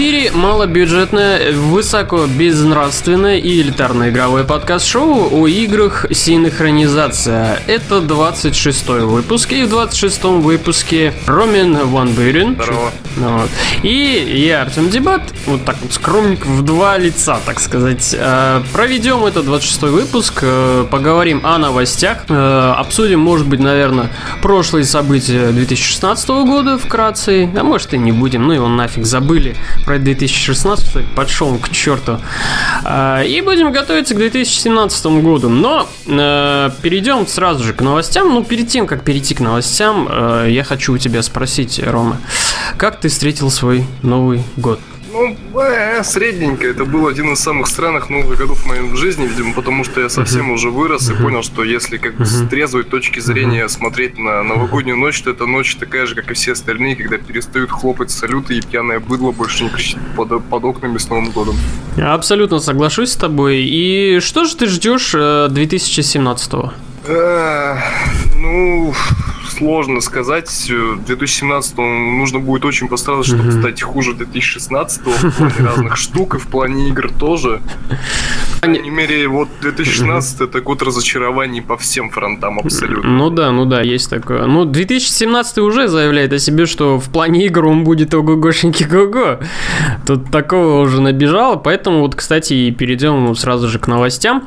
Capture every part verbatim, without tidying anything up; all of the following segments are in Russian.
эфире малобюджетное, высокобезнравственное и элитарное игровое подкаст-шоу о играх «Синхронизация». Это двадцать шестой выпуск, и в двадцать шестом выпуске Ромин Ван Бюрен. Здорово. Вот. И я, Артем Дебат, вот так вот скромник в два лица, так сказать. Проведем этот двадцать шестой выпуск, поговорим о новостях, обсудим, может быть, наверное, прошлые события две тысячи шестнадцатого года вкратце, а может и не будем, ну его нафиг забыли про две тысячи шестнадцатый, подшел он к черту. И будем готовиться к две тысячи семнадцатому году. Но э, перейдем сразу же к новостям. Ну, перед тем, как перейти к новостям, э, я хочу у тебя спросить, Рома, как ты встретил свой Новый год? Ну, э, средненько. Это был один из самых странных Новых годов в моей жизни, видимо, потому что я совсем uh-huh. уже вырос uh-huh. и понял, что если как бы uh-huh. с трезвой точки зрения uh-huh. смотреть на новогоднюю ночь, то эта ночь такая же, как и все остальные, когда перестают хлопать салюты и пьяное быдло больше не кричит под, под окнами с Новым годом. Я абсолютно соглашусь с тобой. И что же ты ждешь две тысячи семнадцатого? Э, ну... Сложно сказать. В две тысячи семнадцатом нужно будет очень постараться, чтобы mm-hmm. стать хуже две тысячи шестнадцатого в плане разных штук и в плане игр тоже. По крайней мере, вот две тысячи шестнадцатый mm-hmm. это год разочарований по всем фронтам абсолютно. Ну да, ну да, есть такое. Ну, две тысячи семнадцатый уже заявляет о себе, что в плане игр он будет ого-гошеньки го-го. Тут такого уже набежало, поэтому вот, кстати, и перейдем сразу же к новостям.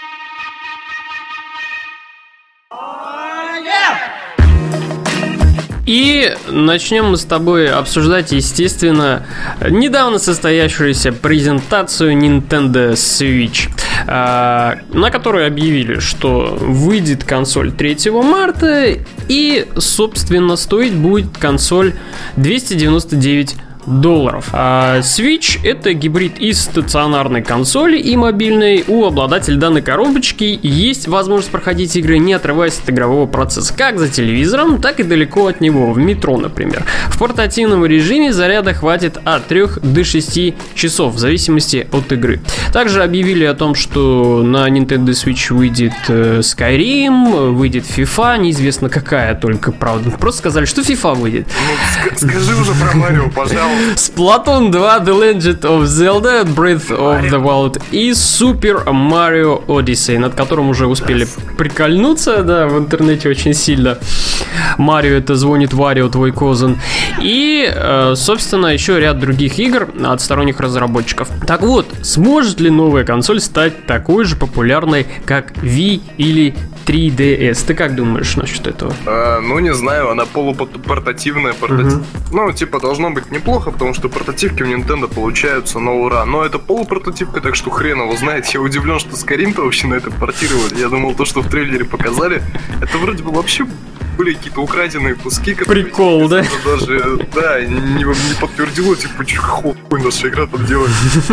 И начнем мы с тобой обсуждать, естественно, недавно состоявшуюся презентацию Nintendo Switch, на которой объявили, что выйдет консоль третьего марта, и, собственно, стоить будет консоль двести девяносто девять долларов. А Switch — это гибрид из стационарной консоли и мобильной. У обладателя данной коробочки есть возможность проходить игры, не отрываясь от игрового процесса, как за телевизором, так и далеко от него, в метро, например. В портативном режиме заряда хватит от трёх до шести часов, в зависимости от игры. Также объявили о том, что на Nintendo Switch выйдет Skyrim, выйдет FIFA, неизвестно какая только, правда. Просто сказали, что FIFA выйдет. Ну, скажи уже про Марио, пожалуйста. Splatoon два, The Legend of Zelda, Breath of the Wild и Super Mario Odyssey, над которым уже успели прикольнуться, да, в интернете очень сильно. Марио — это звонит Варио, твой козын. И, э, собственно, еще ряд других игр от сторонних разработчиков. Так вот, сможет ли новая консоль стать такой же популярной, как Wii или три ди эс? Ты как думаешь насчет этого? А, ну, не знаю, она полупортативная. Портатив... Uh-huh. Ну, типа, должно быть неплохо, потому что портативки у Nintendo получаются на ура. Но это полупортативка, так что хрен его знает. Я удивлен, что Skyrim-то вообще на это портировали. Я думал, то, что в трейлере показали, это вроде бы вообще были какие-то украденные куски, которые... Прикол, да? Даже, да, не, не подтвердило, типа, хуй наша игра там делает.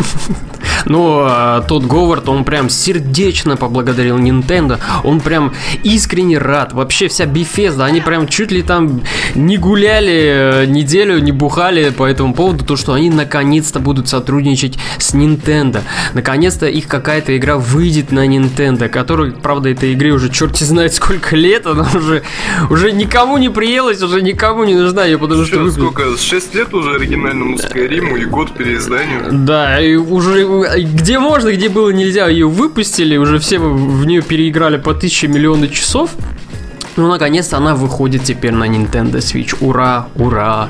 Ну, тот Говард, он прям сердечно поблагодарил Nintendo. Он прям искренне рад. Вообще вся Bethesda, они прям чуть ли там не гуляли неделю, не бухали по этому поводу, то, что они наконец-то будут сотрудничать с Nintendo. Наконец-то их какая-то игра выйдет на Nintendo, которой, правда, этой игре уже черти знает сколько лет, она уже, уже никому не приелась, уже никому не нужна ее, потому что... что сколько? шесть лет уже оригинальному Skyrim'у и год переизданию. Да, и уже где можно, где было нельзя, ее выпустили, уже все в нее переиграли по тысяче миллионов часов. Ну, наконец-то она выходит теперь на Nintendo Switch. Ура, ура!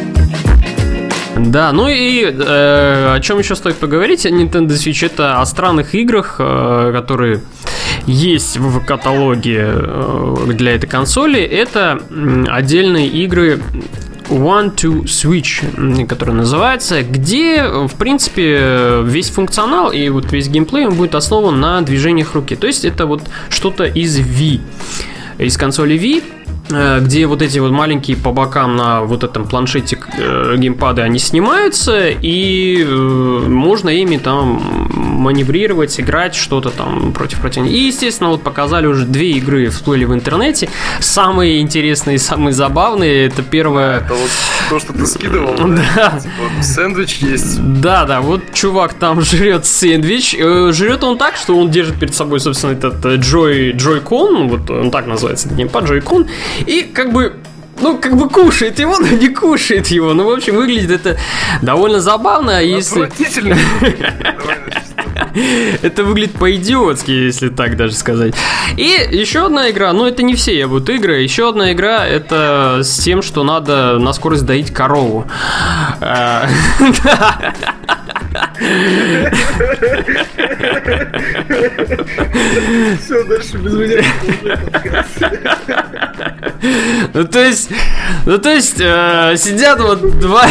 Да, ну и э, о чем еще стоит поговорить? Nintendo Switch — это о странных играх, э, которые есть в каталоге э, для этой консоли. Это э, отдельные игры One to Switch, который называется, где, в принципе, весь функционал и вот весь геймплей он будет основан на движениях руки. То есть это вот что-то из Wii, из консоли Wii, где вот эти вот маленькие по бокам на вот этом планшете э, геймпады, они снимаются, и э, можно ими там маневрировать, играть что-то там против противника. И, естественно, вот показали уже две игры, всплыли в интернете. Самые интересные и самые забавные — это первое... Это вот то, что ты скидывал, да? Типа, сэндвич есть. Да, да, вот чувак там жрет сэндвич. Жрет он так, что он держит перед собой, собственно, этот Joy, Joy-Con, вот он так называется, этот геймпад, Joy-Con. И как бы ну, как бы кушает его, но не кушает его. Ну, в общем, выглядит это довольно забавно, если... Отвратительно. Это выглядит по-идиотски, если так даже сказать. И еще одна игра, ну это не все будут игры. Еще одна игра, это с тем, что надо на скорость доить корову. Все, дальше без меня. Ну то есть, ну то есть э, сидят вот два,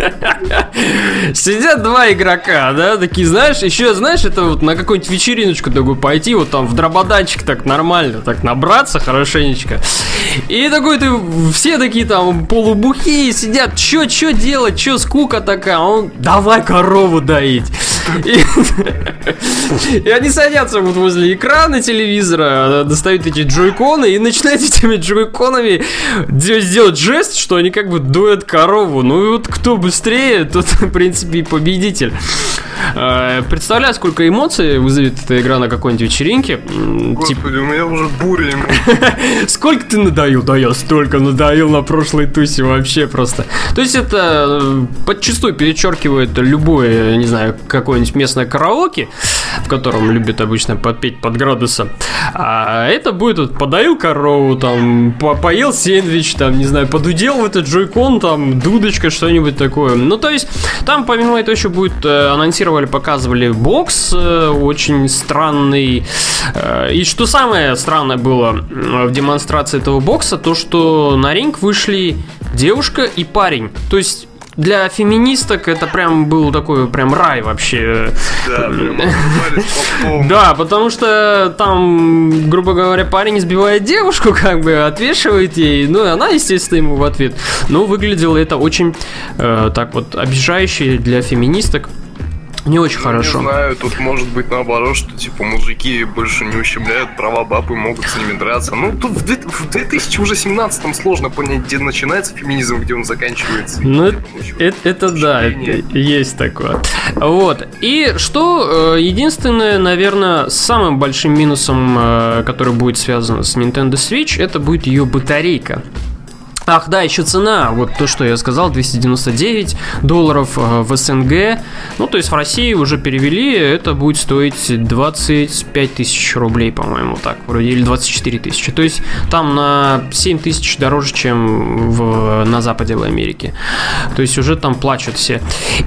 сидят два игрока, да, такие, знаешь, еще знаешь, это вот на какую-нибудь вечериночку такую пойти, вот там в дрободанчик так нормально, так набраться хорошенечко. И такой ты, все такие там полубухие сидят, чё, чё делать, чё, скука такая, а он, давай корову доить. И, и они садятся вот возле экрана телевизора, достают эти джойконы и начинают этими джойконами сделать жест, что они как бы доят корову. Ну и вот кто быстрее, тот, в принципе, и победитель. Представляю, сколько эмоций вызовет эта игра на какой-нибудь вечеринке. Господи, Тип... у меня уже буря эмоций. Сколько ты надоил? Да я столько надоил на прошлой тусе вообще просто. То есть это подчастую перечеркивает любое, не знаю, какое-нибудь местное караоке, в котором любят обычно подпеть под градусом. А это будет вот подоил корову, там, по поел сэндвич, там, не знаю, подудел в этот джойкон, там, дудочка, что-нибудь такое. Ну, то есть, там, помимо этого, еще будет э, анонсировали, показывали бокс э, очень странный. Э, и что самое странное было в демонстрации этого бокса, то, что на ринг вышли девушка и парень. То есть, для феминисток это прям был такой прям рай вообще. Да, прям да, потому что там, грубо говоря, парень избивает девушку, как бы отвешивает ей, ну и она, естественно, ему в ответ. Но выглядело это очень э, так вот обижающе для феминисток. Не очень ну, хорошо. Не знаю, тут может быть наоборот, что типа мужики больше не ущемляют права бабы, могут с ними драться. Ну, тут в две тысячи семнадцатом сложно понять, где начинается феминизм, где он заканчивается. Ну, это, это да, это, есть такое. Вот. И что единственное, наверное, самым большим минусом, который будет связан с Nintendo Switch, это будет ее батарейка. Ах, да, еще цена, вот то, что я сказал, двести девяносто девять долларов в СНГ. Ну, то есть в России уже перевели, это будет стоить двадцать пять тысяч рублей, по-моему, так, вроде, или двадцать четыре тысячи. То есть там на семь тысяч дороже, чем в, на Западе в Америке. То есть уже там плачут все.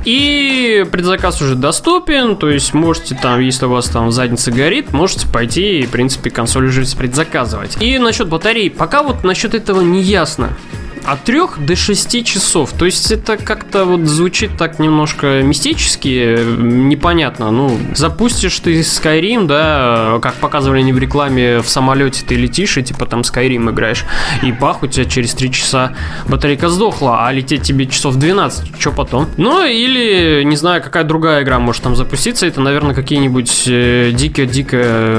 И предзаказ уже доступен, то есть можете там, если у вас там задница горит, можете пойти и, в принципе, консоль уже предзаказывать. И насчет батареи, пока вот насчет этого не ясно. От трёх до шести часов. То есть это как-то вот звучит так немножко мистически, непонятно. Ну, запустишь ты Skyrim, да, как показывали они в рекламе, в самолете ты летишь и типа там Skyrim играешь, и бах, у тебя через три часа батарейка сдохла, а лететь тебе часов двенадцать, что потом? Ну, или, не знаю, какая другая игра может там запуститься. Это, наверное, какие-нибудь э, дико-дико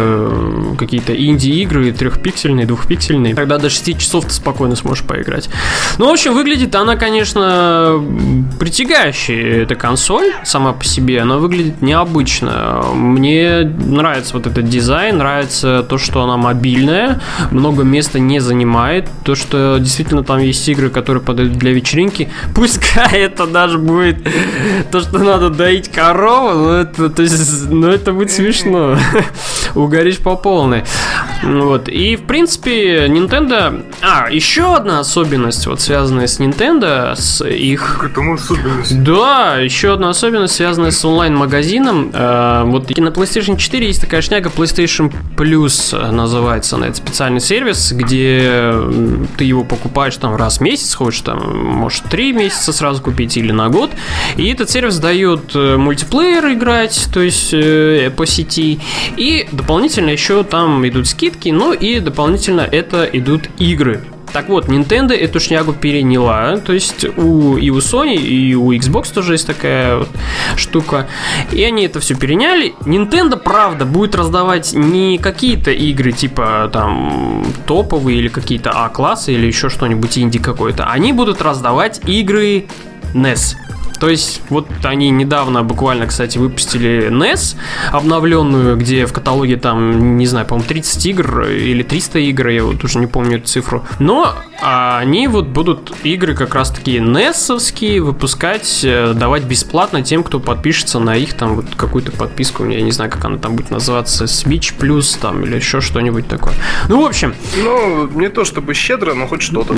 э, какие-то инди-игры, трехпиксельные, двухпиксельные. Тогда до шести часов ты спокойно сможешь поиграть. Ну, в общем, выглядит она, конечно, притягающе, эта консоль сама по себе, она выглядит необычно. Мне нравится вот этот дизайн, нравится то, что она мобильная, много места не занимает, то, что действительно там есть игры, которые подойдут для вечеринки. Пускай это даже будет то, что надо доить корову, но это, то есть, ну, это будет смешно. Угоришь по полной. Вот. И, в принципе, Nintendo... А, еще одна особенность, вот связанная с Nintendo, с их... Как это особенность? Да, еще одна особенность, связанная с онлайн-магазином. Э, вот на PlayStation четыре есть такая шняга, PlayStation Plus называется она. Это специальный сервис, где ты его покупаешь там раз в месяц, хочешь там, может, три месяца сразу купить или на год. И этот сервис дает мультиплеер играть, то есть э, по сети. И дополнительно еще там идут скидки, ну и дополнительно это идут игры. Так вот, Nintendo эту шнягу переняла, то есть у, и у Sony, и у Xbox тоже есть такая вот штука, и они это все переняли. Nintendo, правда, будет раздавать не какие-то игры типа там топовые или какие-то А-классы или еще что-нибудь инди какое-то, они будут раздавать игры эн и эс. То есть, вот они недавно буквально, кстати, выпустили эн и эс обновленную, где в каталоге там, не знаю, по-моему, тридцать игр или триста игр, я вот уже не помню эту цифру. Но они вот будут игры как раз-таки эн и эс-овские выпускать, давать бесплатно тем, кто подпишется на их там вот какую-то подписку. Я не знаю, как она там будет называться, Switch Plus там или еще что-нибудь такое. Ну, в общем... Ну, не то чтобы щедро, но хоть что-то.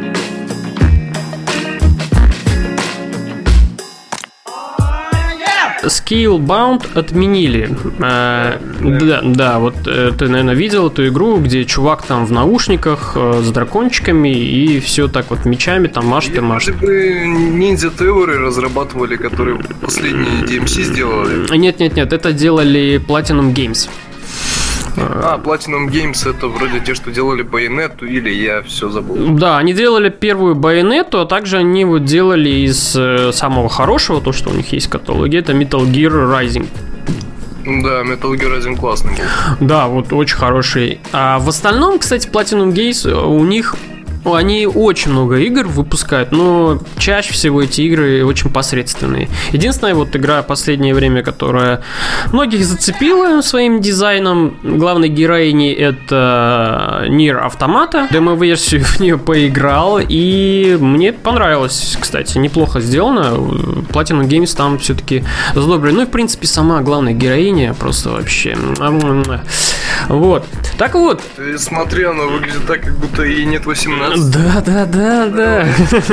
Scalebound отменили. А, да, да, вот ты, наверное, видел эту игру, где чувак там в наушниках с дракончиками и все так вот мечами там машет и машет. Если бы Ninja Theory разрабатывали, которые последние ди эм си сделали. Нет-нет-нет, это делали Platinum Games. А, Platinum Games — это вроде те, что делали Bayonetta, или я все забыл? Да, они делали первую Bayonetta, а также они вот делали из э, самого хорошего, то, что у них есть в каталоге, это Metal Gear Rising. Да, Metal Gear Rising классный был. Да, вот очень хороший. А в остальном, кстати, Platinum Games, у них... Они очень много игр выпускают, но чаще всего эти игры очень посредственные. Единственная вот игра в последнее время, которая многих зацепила своим дизайном главной героини, это Nier Automata. Демо-версию в нее поиграл, и мне понравилось, кстати, неплохо сделано. Platinum Games там все-таки задобрили. Ну и в принципе сама главная героиня просто вообще... Вот. Так вот. Ты смотри, она выглядит так, как будто ей нет восемнадцати. Да, да, да, да.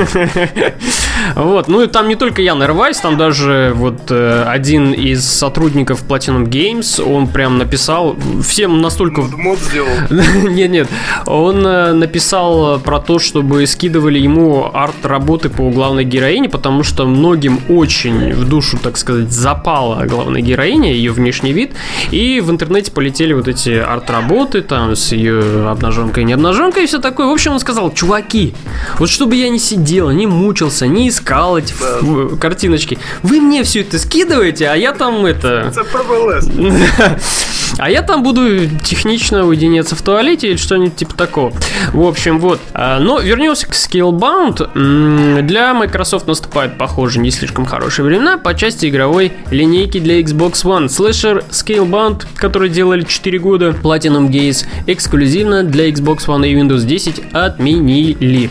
Вот. Ну и там не только я нарываюсь, там даже вот один из сотрудников Platinum Games, он прям написал, всем настолько... Мод сделал. Нет, нет. Он написал про то, чтобы скидывали ему арт-работы по главной героине, потому что многим очень в душу, так сказать, запала главная героиня, ее внешний вид, и в интернете полетели вот эти арт-работы там с ее обнаженкой и не обнаженкой и все такое. В общем, он сказал: чуваки, вот чтобы я не сидел, не мучился, не искал эти да. картиночки, вы мне все это скидываете, а я там это... А я там буду технично уединяться в туалете или что-нибудь типа такого. В общем, вот. Но вернемся к Scalebound. Для Microsoft наступают, похоже, не слишком хорошие времена по части игровой линейки для Xbox One. Слэшер Scalebound, который делали четыре года, Platinum Games, эксклюзивно для Xbox One и Windows десять отменили.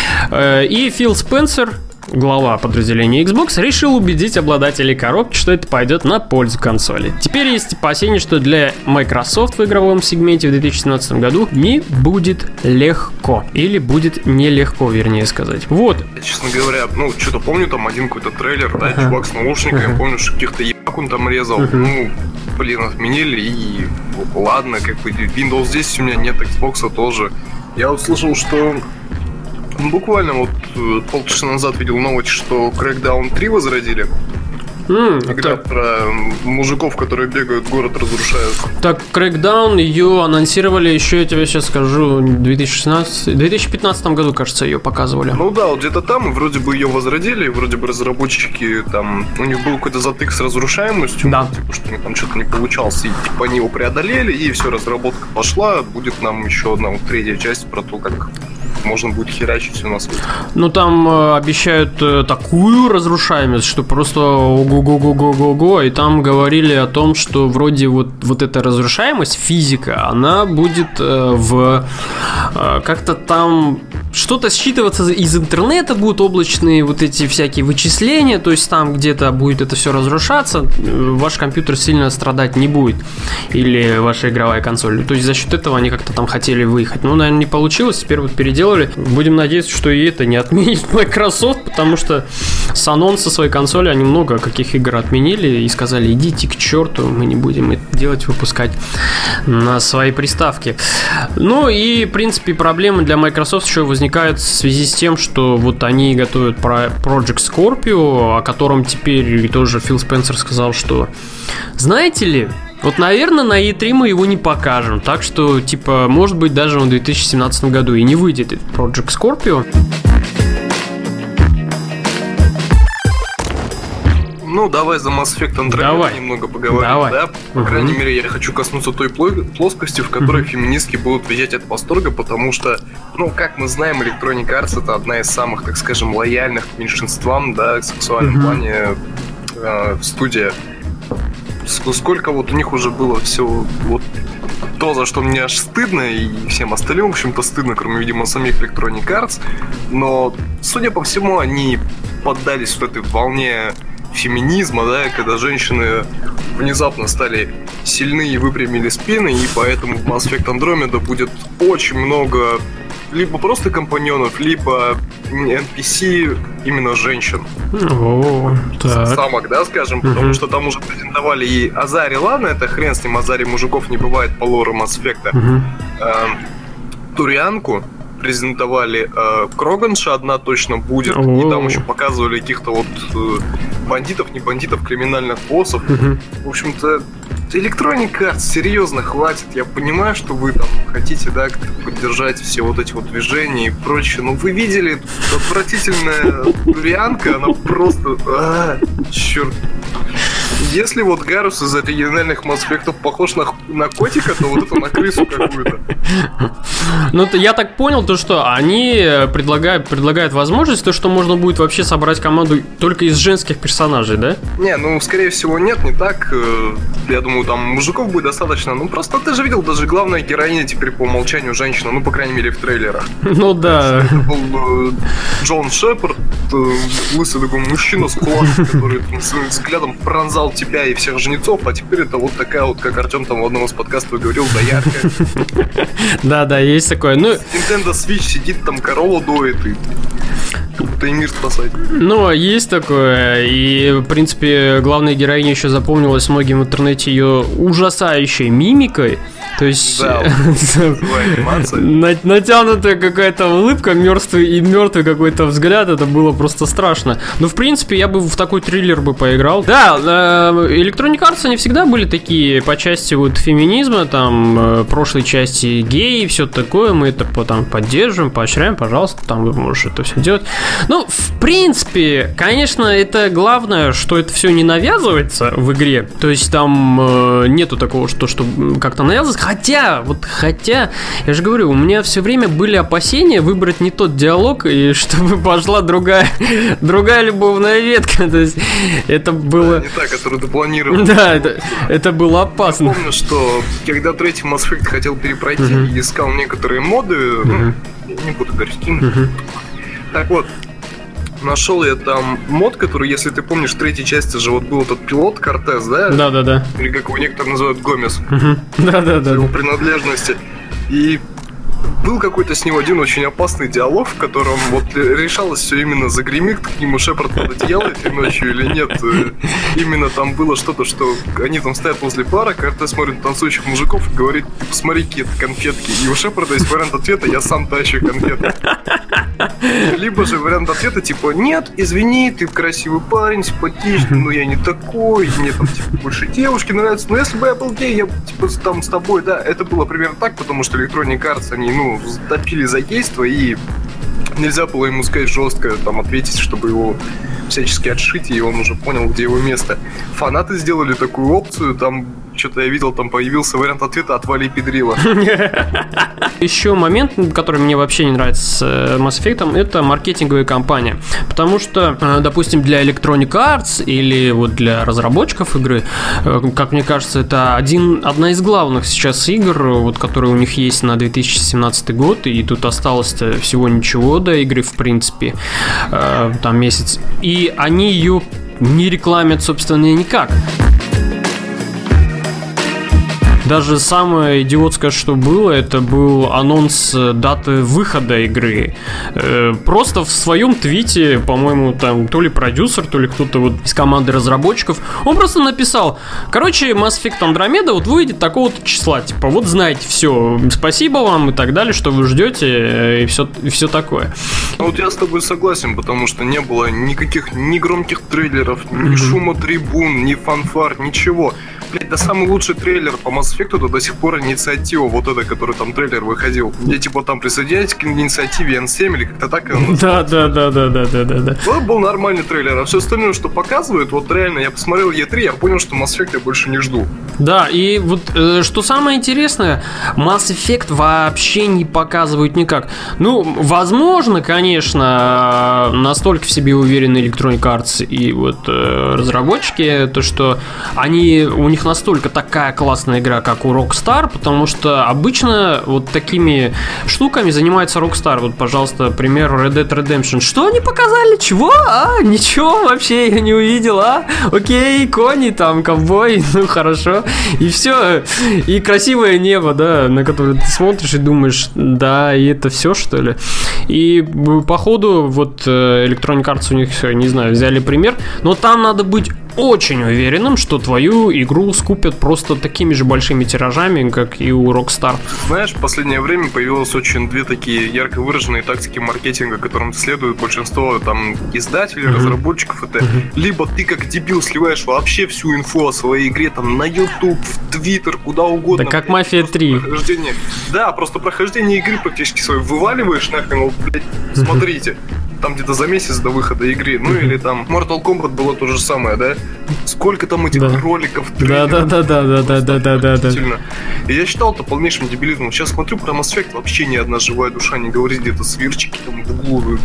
И Фил Спенсер, глава подразделения Xbox, решил убедить обладателей коробки, что это пойдет на пользу консоли. Теперь есть опасения, что для Microsoft в игровом сегменте в две тысячи семнадцатом году не будет легко. Или будет нелегко, вернее сказать. Вот. Я, честно говоря, ну, что-то помню, там один какой-то трейлер, да, uh-huh. чувак с наушниками, uh-huh. я помню, что каких-то ебак он там резал. Uh-huh. Ну, блин, отменили, и ладно, как бы Windows десять у меня нет, Xbox тоже. Я вот слышал, что... Буквально вот полчаса назад видел новость, что Crackdown три возродили. Mm, Игра так. про мужиков, которые бегают, город разрушают. Так, Crackdown, ее анонсировали еще, я тебе сейчас скажу, в две тысячи шестнадцатом, две тысячи пятнадцатом году, кажется, ее показывали. Ну да, вот где-то там, вроде бы ее возродили, вроде бы разработчики там, у них был какой-то затык с разрушаемостью, да. типа, что у них там что-то не получалось, и типа они его преодолели, и все, разработка пошла, будет нам еще одна вот третья часть про то, как можно будет херачить все на свете. Ну там э, обещают э, такую разрушаемость, что просто ого-го-го-го-го-го. И там говорили о том, что вроде вот, вот эта разрушаемость, физика, она будет э, в... Э, как-то там что-то считываться из интернета, будут облачные вот эти всякие вычисления, то есть там где-то будет это все разрушаться, ваш компьютер сильно страдать не будет. Или ваша игровая консоль. То есть за счет этого они как-то там хотели выехать. Ну, наверное, не получилось, теперь вот переделали. Будем надеяться, что и это не отменит Microsoft, потому что с анонса своей консоли они много каких игр отменили и сказали: идите к черту, мы не будем это делать, выпускать на свои приставки. Ну и, в принципе, проблемы для Microsoft еще возникают в связи с тем, что вот они готовят Project Scorpio, о котором теперь тоже Фил Спенсер сказал, что, знаете ли, вот, наверное, на и три мы его не покажем. Так что, типа, может быть, даже в две тысячи семнадцатом году и не выйдет этот Project Scorpio. Ну, давай за Mass Effect Andromeda немного поговорим, давай. да? По угу. крайней мере, я хочу коснуться той плоскости, в которой угу. феминистки будут визжать от восторга, потому что, ну, как мы знаем, Electronic Arts — это одна из самых, так скажем, лояльных к меньшинствам, да, в сексуальном угу. плане э, студия. Сколько вот у них уже было всего вот то, за что мне аж стыдно, и всем остальным, в общем-то, стыдно, кроме, видимо, самих Electronic Arts. Но, судя по всему, они поддались вот этой волне феминизма, да, когда женщины внезапно стали сильны и выпрямили спины, и поэтому в Mass Effect Andromeda будет очень много либо просто компаньонов, либо эн пи си именно женщин. О, так. Самок, да, скажем, угу. потому что там уже презентовали и Азари, ладно, это хрен с ним, Азари мужиков не бывает по лору Mass Effect. Угу. Э, Турианку презентовали, э, Кроганша одна точно будет, О-о-о. и там еще показывали каких-то вот э, бандитов, не бандитов, криминальных боссов. Угу. В общем-то, Electronic Arts, серьезно, хватит. Я понимаю, что вы там хотите, да, поддержать все вот эти вот движения и прочее, но вы видели отвратительная Турианка, она просто... А, черт. Если вот Гарус из оригинальных Mass Effect'ов похож на, на котика, то вот это на крысу какую-то. Ну, я так понял, то, что они предлагают, предлагают возможность, то, что можно будет вообще собрать команду только из женских персонажей, да? Не, ну, скорее всего, нет, не так. Я думаю, там мужиков будет достаточно. Ну, просто ты же видел, даже главная героиня теперь по умолчанию женщина, ну, по крайней мере, в трейлерах. Ну, да. Это был э, Джон Шепард, э, лысый такой мужчина с кулаком, который там, своим взглядом пронзал тебя и всех жнецов, а теперь это вот такая вот, как Артем там в одном из подкастов говорил, доярка. Да-да, есть такое. Ну, Nintendo Switch сидит там, корову доит и как-то и мир спасать. Ну, есть такое. И, в принципе, главная героиня еще запомнилась многим в интернете ее ужасающей мимикой. То есть да, натянутая какая-то улыбка, мертвый и мертвый какой-то взгляд, это было просто страшно. Но в принципе я бы в такой триллер бы поиграл. Да, Electronic Arts они всегда были такие по части вот феминизма, там прошлой части геи, все такое, мы это там поддерживаем, поощряем, пожалуйста, там вы можете это все делать. Ну, в принципе, конечно, это главное, что это все не навязывается в игре. То есть там э, нету такого, что, что как-то навязывается. Хотя, вот хотя, я же говорю, у меня все время были опасения выбрать не тот диалог, и чтобы пошла другая, другая любовная ветка. То есть это было... Да, не та, которую ты планировал. Да, это, это было опасно. Я помню, что когда третий Mass Effect хотел перепройти, uh-huh. искал некоторые моды, uh-huh. ну, не буду говорить, uh-huh. так вот, нашел я там мод, который, если ты помнишь, в третьей части же вот был этот пилот Кортес, да? Да-да-да. Или как его некоторые называют, Гомес. Uh-huh. Да-да-да. Его принадлежности. И был какой-то с ним один очень опасный диалог, в котором вот решалось все именно, загремит к нему Шепард под одеяло этой ночью или нет. Именно там было что-то, что они там стоят возле бара, Кортес смотрит на танцующих мужиков и говорит: посмотри, какие это конфетки. И у Шепарда есть вариант ответа: я сам тащу конфеты. Либо же вариант ответа типа: нет, извини, ты красивый парень, симпатичный, но я не такой, мне там типа больше девушки нравятся. Но если бы я был гей, я типа там с тобой, да, это было примерно так, потому что Electronic Arts, они, ну, топили за гейство, и нельзя было ему сказать жестко, там, ответить, чтобы его всячески отшить, и он уже понял, где его место. Фанаты сделали такую опцию, там, что-то я видел, там появился вариант ответа: отвали педрила. Еще момент, который мне вообще не нравится с Mass Effect, это маркетинговая кампания. Потому что, допустим, для Electronic Arts или вот для разработчиков игры, как мне кажется, это один, одна из главных сейчас игр, вот, которые у них есть на две тысячи семнадцатый год, и тут осталось-то всего ничего до игры, в принципе, там месяц. И они ее не рекламят, собственно, никак. Даже самое идиотское, что было, это был анонс даты выхода игры. Просто в своем твите, по-моему, там то ли продюсер, то ли кто-то вот из команды разработчиков, он просто написал: короче, Mass Effect Andromeda вот выйдет такого-то числа, типа, вот знаете, все, спасибо вам и так далее, что вы ждете, и все, и все такое. Ну вот я с тобой согласен, потому что не было никаких ни громких трейлеров, ни mm-hmm. шума трибун, ни фанфар, ничего. блядь, да самый лучший трейлер по Mass Effect это до сих пор инициатива, вот эта, который там трейлер выходил. Где типа там присоединяйтесь к инициативе эн семь или как-то так. Да, да, да, да, да, да, да, да. Вот был нормальный трейлер, а все остальное, что показывают, вот реально, я посмотрел и три, я понял, что Mass Effect я больше не жду. Да, и вот э, что самое интересное, Mass Effect вообще не показывают никак. Ну, возможно, конечно, настолько в себе уверены Electronic Arts и вот э, разработчики, то что они, у них настолько такая классная игра, как у Rockstar, потому что обычно вот такими штуками занимается Rockstar. Вот, пожалуйста, пример Red Dead Redemption. Что они показали? Чего? А, ничего вообще я не увидел, а? Окей, кони там, ковбой, ну хорошо. И все. И красивое небо, да, на которое ты смотришь и думаешь, да, и это все, что ли? И походу, вот Electronic Arts у них, не знаю, взяли пример, но там надо быть очень уверенным, что твою игру скупят просто такими же большими тиражами, как и у Rockstar. Знаешь, в последнее время появилось очень две такие ярко выраженные тактики маркетинга, которым следует большинство там издателей, uh-huh. разработчиков. Это uh-huh. либо ты как дебил сливаешь вообще всю инфу о своей игре там на YouTube, в Twitter, куда угодно. Да как Мафия три. Прохождение. Да, просто прохождение игры практически свой вываливаешь нахрен, вот, блядь, uh-huh. смотрите. Там где-то за месяц до выхода игры. Ну или там Mortal Kombat было то же самое, да? Сколько там этих да. роликов, трейлеров. Да, да, да, да, да, да, да, да, да. И я считал это полнейшим дебилизмом. Сейчас смотрю про Mass Effect, вообще ни одна живая душа не говорит, где-то сверчики там в углу.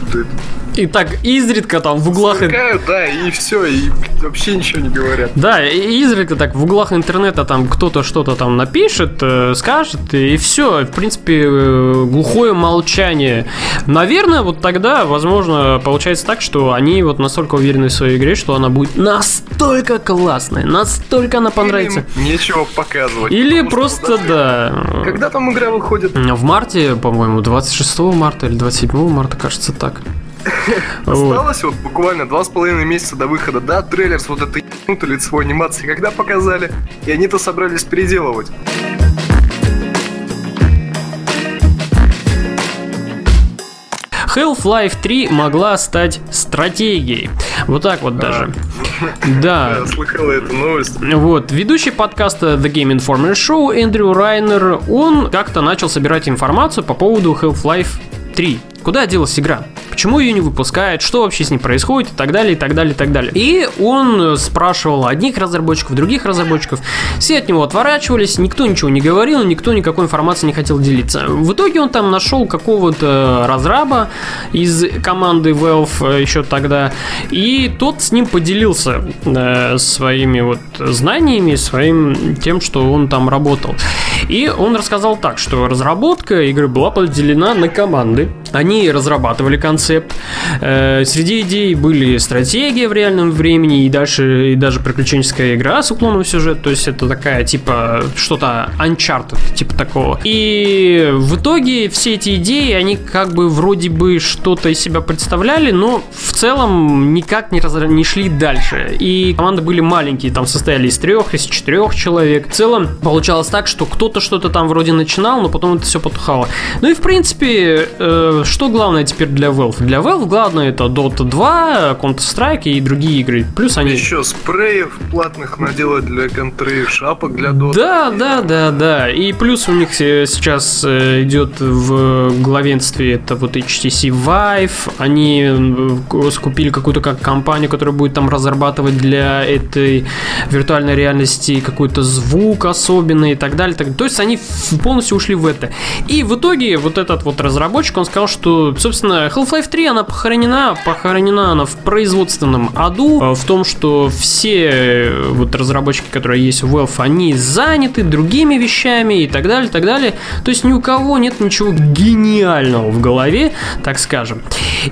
И так изредка там в углах... Сверкают, да, и все, и вообще ничего не говорят. Да, и изредка так в углах интернета там кто-то что-то там напишет, скажет, и все. В принципе, глухое молчание. Наверное, вот тогда, возможно, получается так, что они вот настолько уверены в своей игре, что она будет настолько классная, настолько она понравится. Или нечего показывать. Или просто, даже... да. Когда там игра выходит? В марте, по-моему, двадцать шестого марта или двадцать седьмого марта, кажется, так. Осталось вот буквально два с половиной месяца до выхода, да, трейлер с вот этой ебанутой лицевой анимацией, когда показали, и они-то собрались переделывать. Half-Life три могла стать стратегией. Вот так вот даже. Да. Я слыхал эту новость. Вот. Ведущий подкаста The Game Informer Show Эндрю Райнер, он как-то начал собирать информацию по поводу Half-Life три. Куда делась игра? Почему ее не выпускают? Что вообще с ней происходит? И так далее, и так далее, и так далее. И он спрашивал одних разработчиков, других разработчиков. Все от него отворачивались, никто ничего не говорил, никто никакой информацией не хотел делиться. В итоге он там нашел какого-то разраба из команды Valve еще тогда, и тот с ним поделился э, своими вот знаниями, своим тем, что он там работал. И он рассказал так, что разработка игры была поделена на команды. Они разрабатывали концепт. Э, среди идей были стратегия в реальном времени и дальше и даже приключенческая игра с уклоном в сюжет. То есть это такая типа что-то Uncharted, типа такого. И в итоге все эти идеи, они как бы вроде бы что-то из себя представляли, но в целом никак не, раз... не шли дальше. И команды были маленькие, там состояли из трех, из четырех человек. В целом получалось так, что кто-то что-то там вроде начинал, но потом это все потухало. Ну и в принципе, э, что главное теперь для Valve? Для Valve главное это Дота два, Counter-Strike и другие игры. Плюс они... Еще спреев платных наделать для контры, шапок для Дота. Да, да, да, да. И плюс у них сейчас идет в главенстве это вот эйч ти си Vive. Они скупили какую-то как компанию, которая будет там разрабатывать для этой виртуальной реальности какой-то звук особенный и так далее. То есть они полностью ушли в это. И в итоге вот этот вот разработчик, он сказал, что, собственно, Half-Life три, она похоронена, похоронена она в производственном аду, в том, что все вот разработчики, которые есть в Valve, они заняты другими вещами и так далее, и так далее. То есть ни у кого нет ничего гениального в голове, так скажем.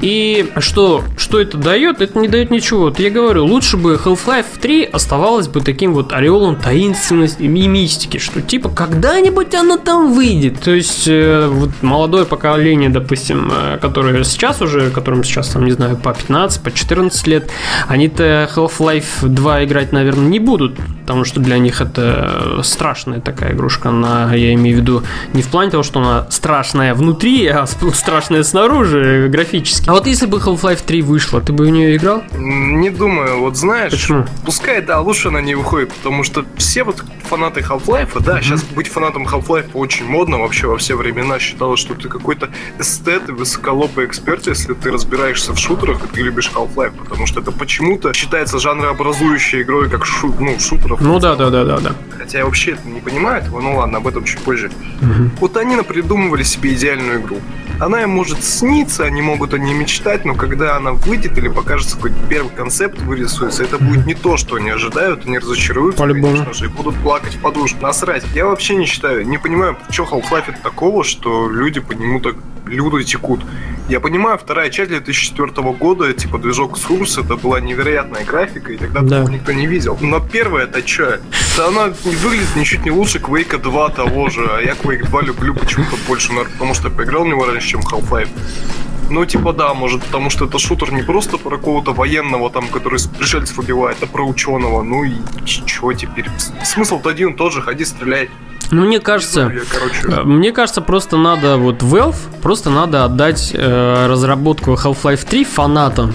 И что, что это дает? Это не дает ничего. Вот я говорю, лучше бы Half-Life три оставалось бы таким вот ореолом таинственности и мистики, что типа когда-нибудь оно там выйдет. То есть э, вот молодое поколение, допустим, допустим, которые сейчас уже, которым сейчас, там, не знаю, по пятнадцать, по четырнадцать лет, они-то Half-Life два играть, наверное, не будут, потому что для них это страшная такая игрушка. Она, я имею в виду, не в плане того, что она страшная внутри, а страшная снаружи графически. А вот если бы Half-Life три вышла, ты бы в нее играл? Не думаю, вот знаешь. Почему? Пускай, да, лучше она не выходит, потому что все вот фанаты Half-Life, да, mm-hmm. сейчас быть фанатом Half-Life очень модно вообще во все времена. Считалось, что ты какой-то эстет и высоколобый эксперт, если ты разбираешься в шутерах и ты любишь Half-Life, потому что это почему-то считается жанрообразующей игрой, как шу- ну, шутеров. Ну да, да, да, да, да. Хотя я вообще это не понимаю этого, ну ладно, об этом чуть позже. Mm-hmm. Вот они напридумывали себе идеальную игру. Она им может сниться, они могут о ней мечтать, но когда она выйдет или покажется какой-то первый концепт, вырисуется, это будет не то, что они ожидают, они разочаруются, по-любому, конечно же, и будут плакать в подушку. Насрать. Я вообще не считаю, не понимаю, что Half-Life это такого, что люди по нему так люто текут. Я понимаю, вторая часть две тысячи четвёртого года, типа движок Source, это была невероятная графика, и тогда да. такого никто не видел. Но первая это чё? Да она выглядит ничуть не лучше Quake два того же, а я Quake два люблю почему-то больше, наверное, потому что я поиграл в него раньше, чем Half-Life. Ну, типа, да, может, потому что это шутер не просто про какого-то военного, там, который пришельцев убивает, а про ученого. Ну и чё теперь? Смысл-то один и тот же, ходи, стреляй. Ну, мне кажется, я, короче... мне кажется, просто надо, вот Valve, просто надо отдать э, разработку Half-Life три фанатам.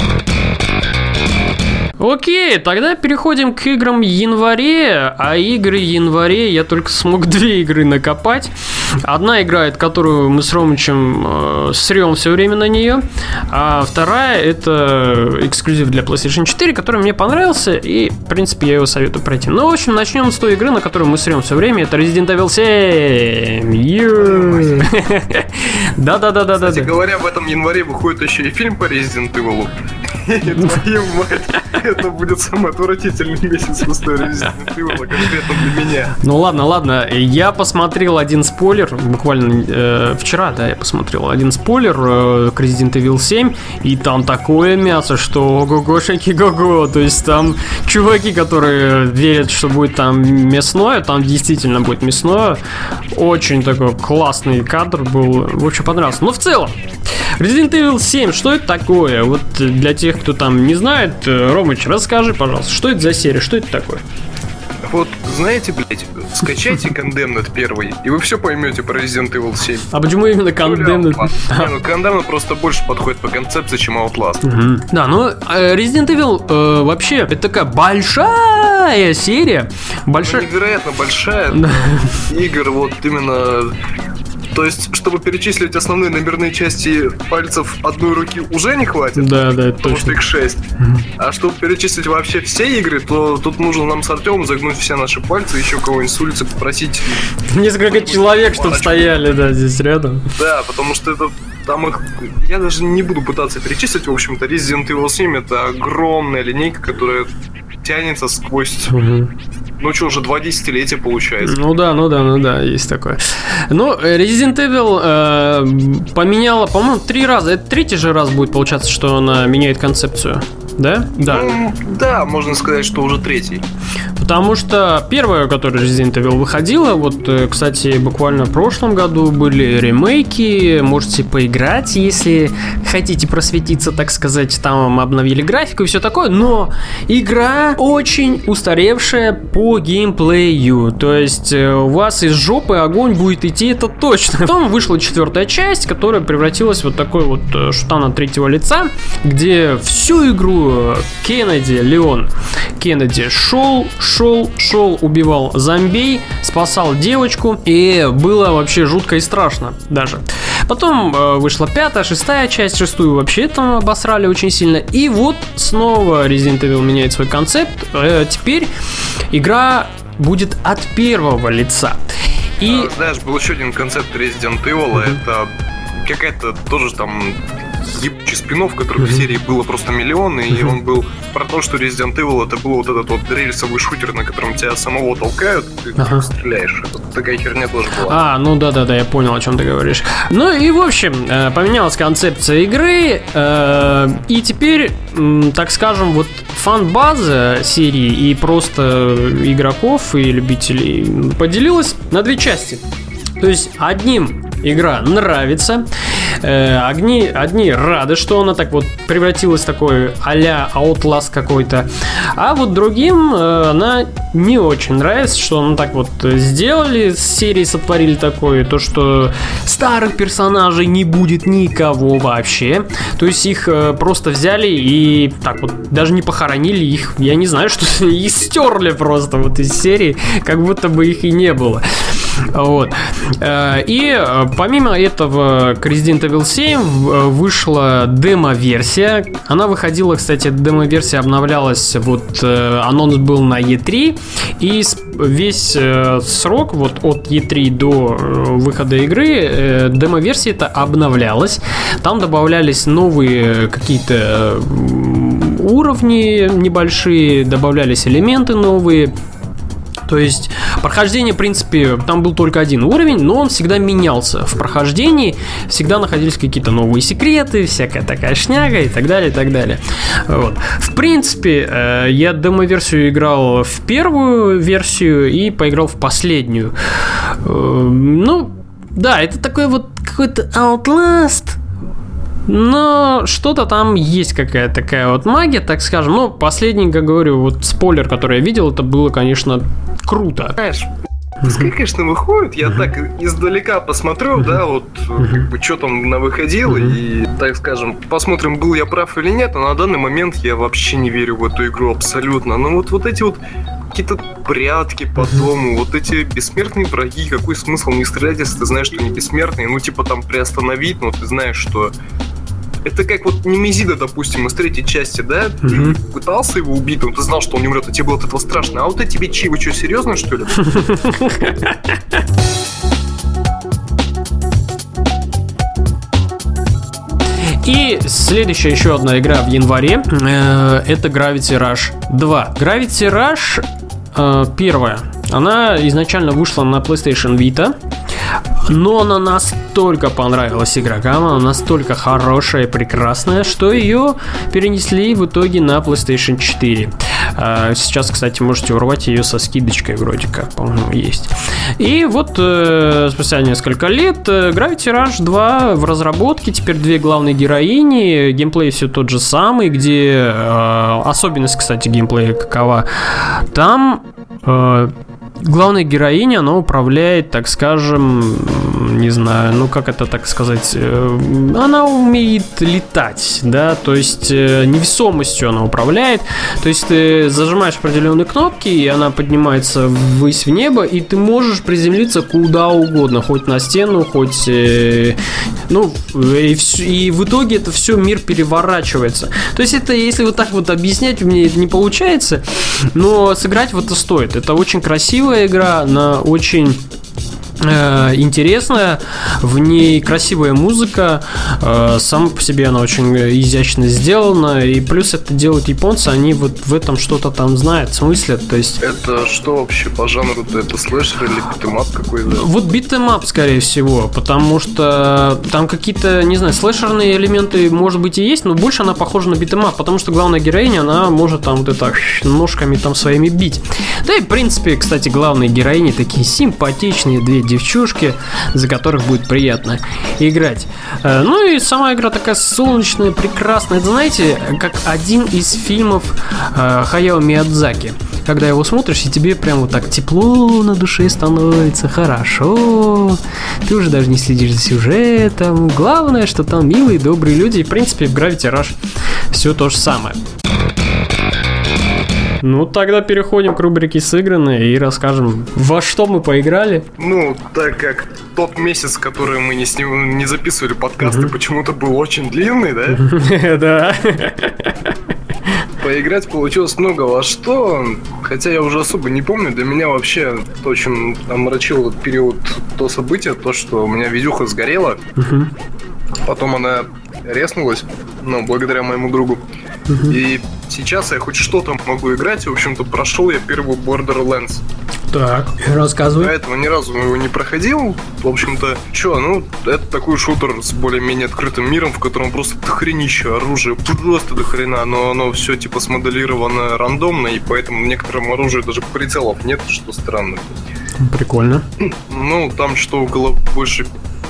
Окей, тогда переходим к играм январе. А игры январе я только смог две игры накопать. Одна игра, которую мы с Ромычем э, срём все время на нее. А вторая это эксклюзив для PlayStation четыре, который мне понравился. И, в принципе, я его советую пройти. Ну, в общем, начнем с той игры, на которую мы срём все время. Это Resident Evil семь. Да-да-да-да-да. Кстати говоря, в этом январе выходит еще и фильм по Resident Evil. Твою мать, это будет самый отвратительный месяц в истории Resident Evil, конкретно для меня. Ну ладно, ладно, я посмотрел один спойлер, буквально э, вчера, да, я посмотрел один спойлер э, к Resident Evil семь, и там такое мясо, что ого-гошеньки го-го, то есть там чуваки, которые верят, что будет там мясное, там действительно будет мясное, очень такой классный кадр был, в общем, понравился. Но в целом, Resident Evil семь, что это такое? Вот для тех, кто там не знает, Ромыч, расскажи, пожалуйста, что это за серия, что это такое? Вот, знаете, блять, скачайте Condemned первый, и вы все поймете про Resident Evil семь. А почему именно Condemned? Не, ну Condemned просто больше подходит по концепции, чем Outlast. Угу. Да, ну Resident Evil э, вообще это такая большая серия. Большая... Ну, невероятно большая. Игр вот именно... То есть, чтобы перечислить основные номерные части пальцев одной руки уже не хватит. Да, да, потому точно. Что их шесть. Mm-hmm. А чтобы перечислить вообще все игры, то тут нужно нам с Артемом загнуть все наши пальцы, еще кого-нибудь с улицы попросить. Несколько человек, чтобы стояли, да, здесь рядом. Да, потому что это там их... Я даже не буду пытаться перечислить, в общем-то, Resident Evil семь это огромная линейка, которая тянется сквозь... Mm-hmm. Ну что, уже два десятилетия получается. Ну да, ну да, ну да, есть такое. Ну, Resident Evil э, поменяла, по-моему, три раза. Это третий же раз будет получаться, что она меняет концепцию. Да? Да. Ну, да, можно сказать, что уже третий. Потому что первая, которая Resident Evil выходила, вот, кстати, буквально в прошлом году были ремейки, можете поиграть, если хотите просветиться, так сказать, там обновили графику и все такое, но игра очень устаревшая по геймплею, то есть у вас из жопы огонь будет идти, это точно. Потом вышла четвертая часть, которая превратилась в вот такой вот шутан от третьего лица, где всю игру Кеннеди, Леон Кеннеди шел, шел, шел, убивал зомбей, спасал девочку, и было вообще жутко и страшно даже. Потом э, вышла пятая, шестая часть, шестую вообще там обосрали очень сильно, и вот снова Resident Evil меняет свой концепт, э, теперь игра будет от первого лица. И... А, знаешь, был еще один концепт Resident Evil, mm-hmm. это какая-то тоже там ебучий спин-офф, который mm-hmm. в серии было просто миллионы, mm-hmm. и он был про то, что Resident Evil это был вот этот вот рельсовый шутер, на котором тебя самого толкают, ты uh-huh. стреляешь. Это такая херня тоже была. А, ну да-да-да, я понял, о чем ты говоришь. Ну и в общем, поменялась концепция игры, и теперь, так скажем, вот фан-база серии и просто игроков и любителей поделилась на две части. То есть одним игра нравится, э, одни, одни рады, что она так вот превратилась в такой а-ля Outlast какой-то, а вот другим э, она не очень нравится, что она так вот сделали, с серии сотворили такое, то, что старых персонажей не будет никого вообще, то есть их э, просто взяли и так вот даже не похоронили их, я не знаю, что их стерли просто вот из серии, как будто бы их и не было. Вот. И помимо этого к Resident Evil семь вышла демо-версия. Она выходила, кстати, демо-версия обновлялась, вот анонс был на и три, и весь срок вот от и три до выхода игры демо-версия это обновлялась. Там добавлялись новые какие-то уровни небольшие, добавлялись элементы новые. То есть прохождение, в принципе, там был только один уровень, но он всегда менялся. В прохождении всегда находились какие-то новые секреты, всякая такая шняга и так далее, и так далее. Вот. В принципе, я демо-версию играл в первую версию и поиграл в последнюю. Ну, да, это такой вот какой-то Outlast. Но что-то там есть, какая-то такая вот магия, так скажем. Ну, последний, как говорю, вот спойлер, который я видел, это было, конечно, круто. Знаешь, пускай, конечно, выходит, я так издалека посмотрю, да, вот, как бы, что там навыходило, и, так скажем, посмотрим, был я прав или нет, но на данный момент я вообще не верю в эту игру абсолютно. Но вот, вот эти вот какие-то прятки по дому, вот эти бессмертные враги, какой смысл не стрелять, если ты знаешь, что они бессмертные, ну, типа, там, приостановить, но ты знаешь, что... Это как вот Немезида, допустим, из третьей части, да? Uh-huh. Ты пытался его убить, но ты знал, что он не умрет, а тебе было от этого страшно. А вот эти бичи, вы что, серьезно, что ли? И следующая еще одна игра в январе э, это Gravity Rush два. Gravity Rush э, первая. Она изначально вышла на PlayStation Vita, но она настолько понравилась игрокам, она настолько хорошая и прекрасная, что ее перенесли в итоге на PlayStation четыре. Сейчас, кстати, можете урвать ее со скидочкой, вроде как, по-моему, есть. И вот э, спустя несколько лет Gravity Rush два в разработке, теперь две главные героини, геймплей все тот же самый, где э, особенность, кстати, геймплея какова, там... Э, главная героиня, она управляет, так скажем, не знаю, ну как это так сказать, она умеет летать, да, то есть невесомостью она управляет, то есть ты зажимаешь определенные кнопки, и она поднимается ввысь в небо, и ты можешь приземлиться куда угодно, хоть на стену, хоть, ну, и, в, и в итоге это все мир переворачивается. То есть это, если вот так вот объяснять, у меня это не получается, но сыграть в это стоит, это очень красиво. Игра, она очень э, интересная, в ней красивая музыка, э, сама по себе она очень изящно сделана, и плюс это делают японцы, они вот в этом что-то там знают, смыслят, то есть... Это что вообще по жанру-то? Это слэшер или битэмап какой-то? Вот битэмап, скорее всего, потому что там какие-то, не знаю, слэшерные элементы, может быть, и есть, но больше она похожа на битэмап, потому что главная героиня, она может там вот это ножками там своими бить. Да и, в принципе, кстати, главные героини такие симпатичные, две девчушки, за которых будет приятно играть. Ну и сама игра такая солнечная, прекрасная. Это, знаете, как один из фильмов Хаяо Миядзаки. Когда его смотришь, и тебе прям вот так тепло на душе становится, хорошо. Ты уже даже не следишь за сюжетом. Главное, что там милые, добрые люди. И, в принципе, в Gravity Rush все то же самое. Ну, тогда переходим к рубрике «Сыграно» и расскажем, во что мы поиграли. Ну, так как тот месяц, который мы не, сни... не записывали подкасты, uh-huh. почему-то был очень длинный, да? Да. Поиграть получилось много во что, хотя я уже особо не помню. Для меня вообще очень омрачил этот период то событие, то, что у меня видюха сгорела. Uh-huh. Потом она резнулась, ну, благодаря моему другу. Uh-huh. И сейчас я хоть что-то могу играть. В общем-то, прошел я первую Borderlands. Так, рассказывай. До этого ни разу его не проходил. В общем-то, чё, ну, это такой шутер с более-менее открытым миром, в котором просто дохренище оружия, просто дохрена, но оно все типа смоделировано рандомно, и поэтому некоторым оружию даже прицелов нет, что странно. Прикольно. Ну, там что около больше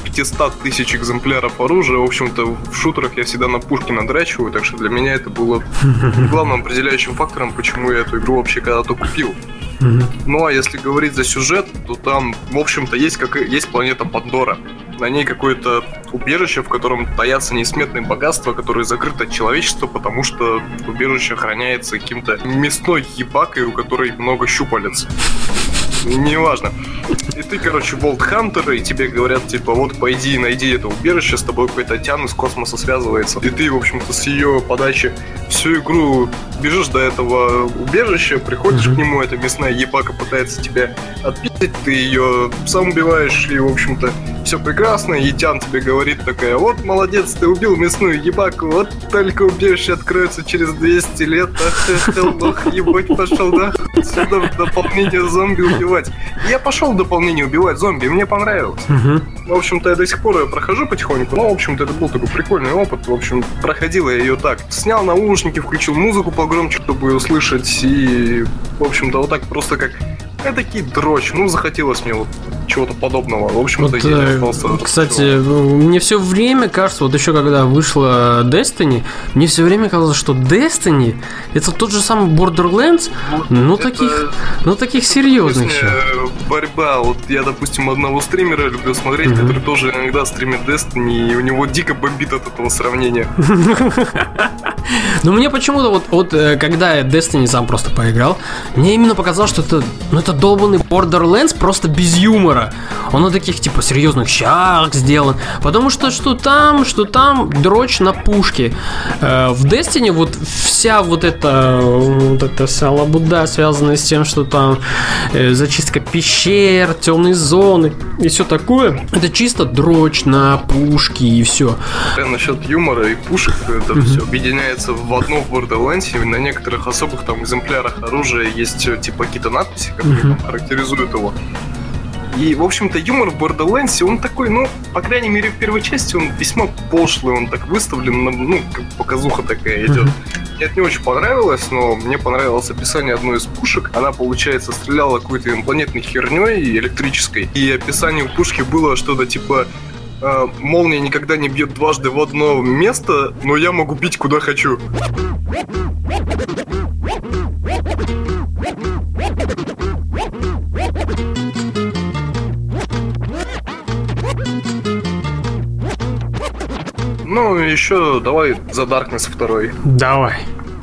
пятьсот тысяч экземпляров оружия. В общем-то, в шутерах я всегда на пушки надрачиваю, так что для меня это было главным определяющим фактором, почему я эту игру вообще когда-то купил. Ну а если говорить за сюжет, то там, в общем-то, есть, как, есть планета Пандора. На ней какое-то убежище, в котором таятся несметные богатства, которые закрыты от человечества, потому что убежище охраняется каким-то мясной ебакой, у которой много щупалец. Неважно. И ты, короче, волт-хантер, и тебе говорят, типа, вот, пойди найди это убежище, с тобой какой-то тян из космоса связывается. И ты, в общем-то, с ее подачи всю игру бежишь до этого убежища, приходишь mm-hmm. к нему, эта мясная ебака пытается тебя отпиздить, ты ее сам убиваешь, и, в общем-то, все прекрасно, и тян тебе говорит такая, вот, молодец, ты убил мясную ебаку, вот только убежище откроется через двести лет, ах, лох, ебать, пошел, да? Сюда в дополнение зомби убивать. Я пошел в дополнение убивать зомби, мне понравилось. Uh-huh. В общем-то, я до сих пор ее прохожу потихоньку, но, в общем-то, это был такой прикольный опыт. В общем, проходила я ее так. Снял наушники, включил музыку погромче, чтобы ее услышать, и, в общем-то, вот так просто как... Эдакий дрочь, ну захотелось мне вот чего-то подобного. В общем-то, вот, я остался. Кстати, мне все время кажется, вот еще когда вышла Destiny, мне все время казалось, что Destiny это тот же самый Borderlands, вот но это таких, но таких серьезных. Борьба. Вот я, допустим, одного стримера люблю смотреть, mm-hmm. который тоже иногда стримит Destiny, и у него дико бомбит от этого сравнения. Но мне почему-то вот, вот когда я Destiny сам просто поиграл, мне именно показалось, что это, ну, это долбанный Borderlands просто без юмора. Он на таких типа серьезных щах сделан. Потому что что там, что там дрочь на пушке. э, В Destiny вот вся вот эта вот эта вся лабуда, связанная с тем, что там э, зачистка пещер, темные зоны и все такое, это чисто дрочь на пушки и все. Насчет юмора и пушек, это mm-hmm. все объединяется в одном в Borderlands. На некоторых особых там экземплярах оружия есть типа какие-то надписи, которые mm-hmm. там характеризуют его. И, в общем-то, юмор в Borderlands, он такой, ну, по крайней мере, в первой части он весьма пошлый, он так выставлен, ну, как показуха такая идет. Mm-hmm. Мне это не очень понравилось, но мне понравилось описание одной из пушек. Она, получается, стреляла какой-то инопланетной херней электрической, и описание у пушки было что-то типа... молния никогда не бьет дважды в одно место, но я могу бить куда хочу. Ну, еще давай за Darkness второй. Давай.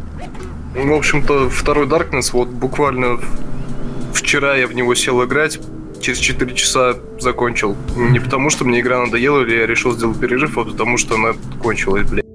В общем-то, второй Darkness, вот буквально вчера я в него сел играть. Через четыре часа закончил. Не потому, что мне игра надоела, или я решил сделать перерыв, а потому, что она кончилась, блядь.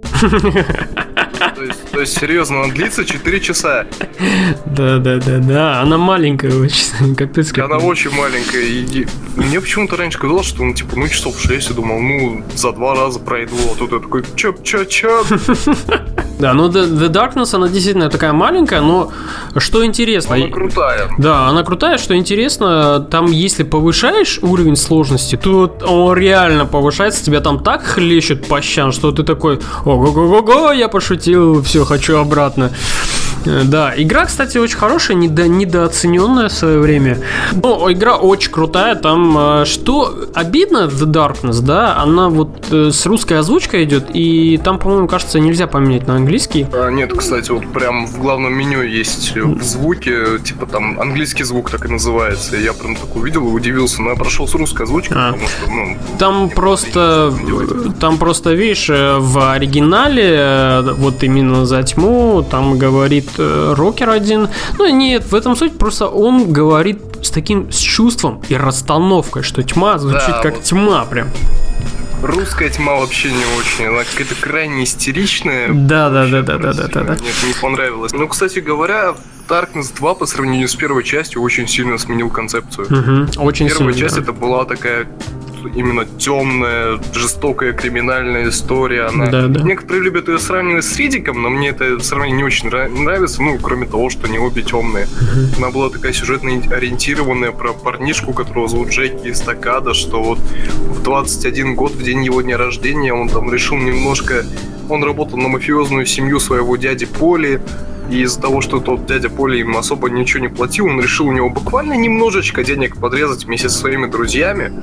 То есть, то есть, серьезно, она длится четыре часа. Да-да-да-да, она маленькая очень, как ты сказал. Она очень маленькая. И мне почему-то раньше казалось, что ну, типа, ну, часов шесть, я думал, ну, за два раза пройду. А тут я такой, чоп-чоп-чоп. Да, ну The, The Darkness, она действительно такая маленькая, но что интересно... Она крутая. Да, она крутая, что интересно, там если повышаешь уровень сложности, то он реально повышается, тебя там так хлещет по щам, что ты такой, ого-го-го-го, я пошутил, все, хочу обратно. Да, игра, кстати, очень хорошая, недо, недооцененная в свое время. Но игра очень крутая. Там, что обидно в The Darkness, да, она вот с русской озвучкой идет, и там, по-моему, кажется, нельзя поменять на английский. А, нет, кстати, вот прям в главном меню есть звуки, типа там английский звук так и называется. Я прям такой увидел и удивился, но я прошел с русской озвучкой, а. потому что, ну... Там просто, там просто, видишь, в оригинале, вот именно за тьму, там говорит рокер один. Ну нет, в этом суть, просто он говорит с таким с чувством и расстановкой, что тьма звучит да, как вот тьма прям. Русская тьма вообще не очень, она какая-то крайне истеричная. Да, да, да, да, да, да, да, да. Нет, не понравилось. Ну, кстати говоря, Darkness два по сравнению с первой частью очень сильно сменил концепцию. Угу, очень Первая сильно, часть да. Это была такая именно темная, жестокая криминальная история. Она... Да, да. Некоторые любят ее сравнивать с Риддиком, но мне это сравнение не очень нравится, ну, кроме того, что они обе темные. Uh-huh. Она была такая сюжетно ориентированная про парнишку, которого зовут Джеки Эстакада, что вот в двадцать один год, в день его дня рождения, он там решил немножко... Он работал на мафиозную семью своего дяди Поли, и из-за того, что тот дядя Поли им особо ничего не платил, он решил у него буквально немножечко денег подрезать вместе со своими друзьями.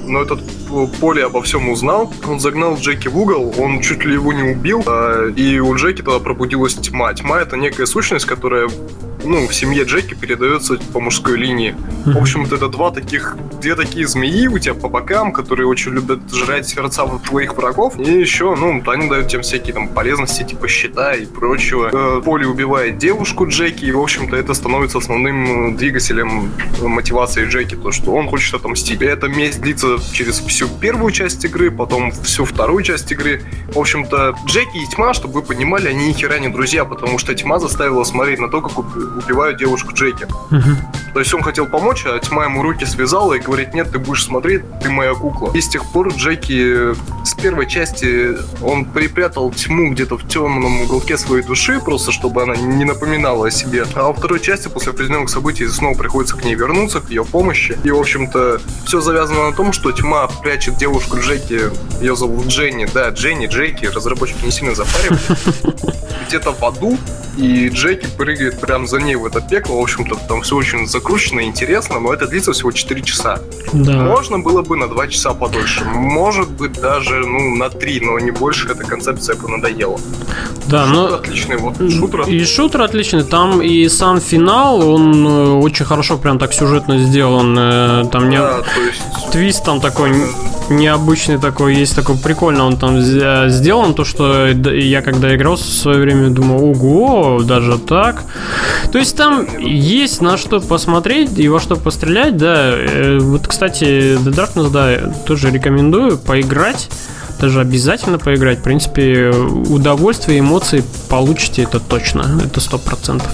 но этот Поли обо всем узнал. Он загнал Джеки в угол, он чуть ли его не убил, и у Джеки тогда пробудилась тьма. Тьма — это некая сущность, которая, ну, в семье Джеки передается по мужской линии. В общем-то, это два таких, две такие змеи у тебя по бокам, которые очень любят жрать сердца твоих врагов. И еще, ну, они дают тем всякие там полезности, типа щита и прочего. Поли убивает девушку Джеки, и, в общем-то, это становится основным двигателем мотивации Джеки, то, что он хочет отомстить. И эта месть длится через всю первую часть игры, потом всю вторую часть игры. В общем-то, Джеки и Тьма, чтобы вы понимали, они ни хера не друзья, потому что Тьма заставила смотреть на то, как убивают девушку Джеки. Uh-huh. То есть он хотел помочь, а Тьма ему руки связала и говорит: нет, ты будешь смотреть, ты моя кукла. И с тех пор Джеки с первой части он припрятал Тьму где-то в темном уголке своей души, просто чтобы она не напоминала о себе. А во второй части, после определенных событий, снова приходится к ней вернуться, к ее помощи. И, в общем-то, все завязано на том, что Тьма прячет девушку Джеки, ее зовут Дженни, да, Дженни, Джеки, разработчики не сильно запаривают, где-то в аду, и Джеки прыгает прямо за ней в это пекло. В общем-то, там все очень закручено и интересно, но это длится всего четыре часа. Да. Можно было бы на два часа подольше. Может быть, даже, ну, на три, но не больше. Эта концепция бы надоела. Да, шутер но... отличный, вот шутер. И шутер отличный. Там и сам финал, он очень хорошо прям так сюжетно сделан. Там не... да, то есть... твист там такой необычный такой, есть такой прикольно он там сделан, то, что я когда играл в свое время, думал: ого, даже так. То есть там есть на что посмотреть и во что пострелять, да. Вот, кстати, The Darkness, да, тоже рекомендую поиграть. Даже обязательно поиграть. В принципе, удовольствие, эмоции получите, это точно. Это сто процентов.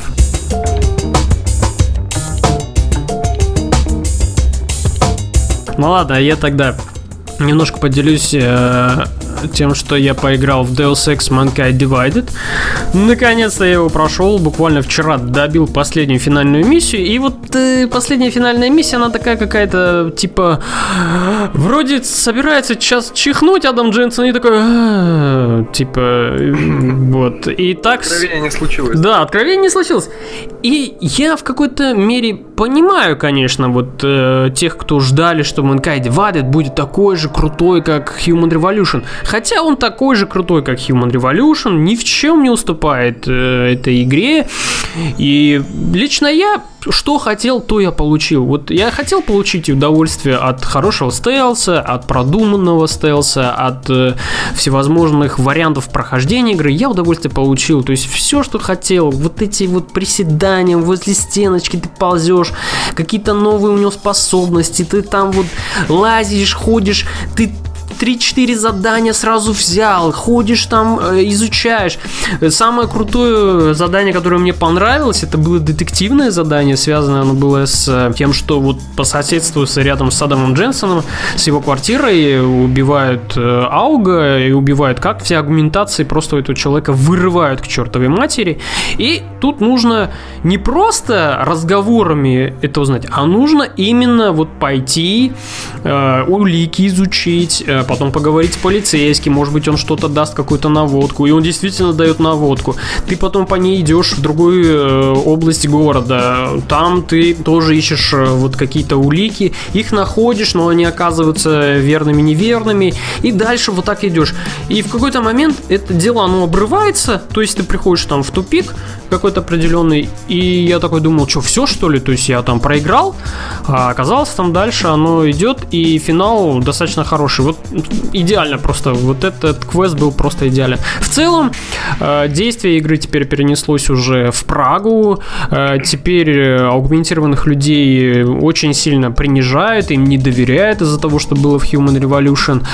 Ну ладно, я тогда немножко поделюсь э, тем, что я поиграл в Deus Ex Mankind Divided. Наконец-то я его прошел. Буквально вчера добил последнюю финальную миссию. И вот э, последняя финальная миссия, она такая какая-то, типа, вроде собирается сейчас чихнуть Адам Дженсен и такой, типа, вот. И так... Откровение не случилось. Да, откровение не случилось. И я в какой-то мере понимаю, конечно, вот э, тех, кто ждали, что Mankind Divided будет такой же крутой, как Human Revolution. Хотя он такой же крутой, как Human Revolution, ни в чем не уступает э, этой игре. И лично я что хотел, то я получил. Вот я хотел получить удовольствие от хорошего стелса, от продуманного стелса, от э, всевозможных вариантов прохождения игры. Я удовольствие получил. То есть все, что хотел. Вот эти вот приседания возле стеночки ты ползешь, какие-то новые у него способности, ты там вот лазишь, ходишь, ты три-четыре задания сразу взял, ходишь там, изучаешь. Самое крутое задание, которое мне понравилось, это было детективное задание, связанное оно было с тем, что вот по соседству с, рядом с Адамом Дженсоном, с его квартирой убивают Ауга и убивают как все агментации, просто у этого человека вырывают к чертовой матери. И тут нужно не просто разговорами это узнать, а нужно именно вот пойти, э, улики изучить, э, потом поговорить с полицейским, может быть, он что-то даст, какую-то наводку, и он действительно дает наводку. Ты потом по ней идешь в другую э, область города, там ты тоже ищешь э, вот какие-то улики, их находишь, но они оказываются верными, неверными, и дальше вот так идешь. И в какой-то момент это дело, оно обрывается, то есть ты приходишь там в тупик какой-то определенный, и я такой думал, что, все что ли? То есть я там проиграл, а оказалось там дальше оно идет, и финал достаточно хороший. Вот идеально просто, вот этот квест был просто идеален. В целом, э, действие игры теперь перенеслось уже в Прагу, э, теперь аугментированных людей очень сильно принижают, им не доверяют из-за того, что было в Human Revolution,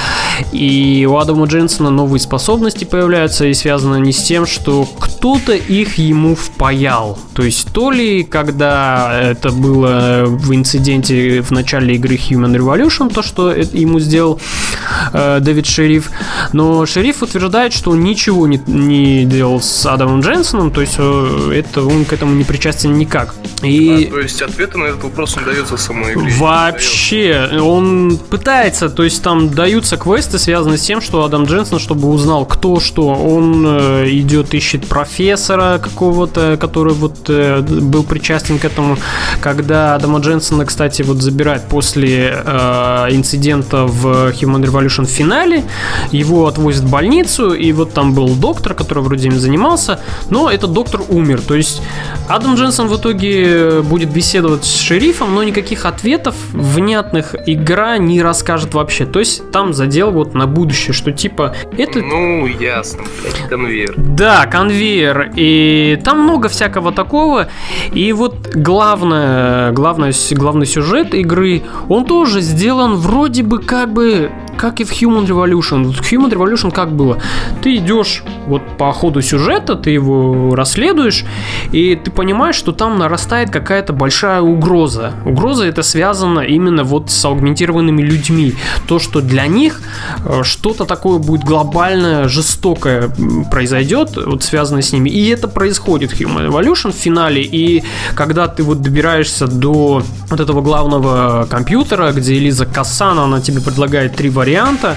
и у Адама Дженсона новые способности появляются, и связано не с тем, что кто-то их ему впаял, то есть то ли, когда это было в инциденте в начале игры Human Revolution, то, что ему сделал э, Дэвид Шериф. Но Шериф утверждает, что он ничего не, не делал с Адамом Дженсоном, то есть э, это, он к этому не причастен никак. И... А, то есть ответа на этот вопрос не дается в самой игре? Вообще, он пытается, то есть там даются квесты, связанные с тем, что Адам Дженсон, чтобы узнал, кто что, он э, идет, ищет профессора какого-то, который вот э, был причастен к этому, когда Адама Дженсона, кстати, вот забирают после э, инцидента в Human Revolution в финале, его отвозят в больницу, и вот там был доктор, который вроде им занимался, но этот доктор умер, то есть Адам Дженсон в итоге будет беседовать с шерифом, но никаких ответов внятных игра не расскажет вообще, то есть там задел вот на будущее, что типа это... Ну, ясно, блядь, конвейер. Да, конвейер, и там много всякого такого, и вот главное, главное, главный сюжет игры, он тоже сделан вроде бы как бы, как и в Human Revolution. В Human Revolution как было? Ты идешь вот по ходу сюжета, ты его расследуешь, и ты понимаешь, что там нарастает какая-то большая угроза. Угроза это связано именно вот с аугментированными людьми. То, что для них что-то такое будет глобальное, жестокое произойдет, вот связанное с ними. И это происходит в Human Revolution в финале. И когда ты вот добираешься до вот этого главного компьютера, где Элиза Кассан, она тебе предлагает три варианта,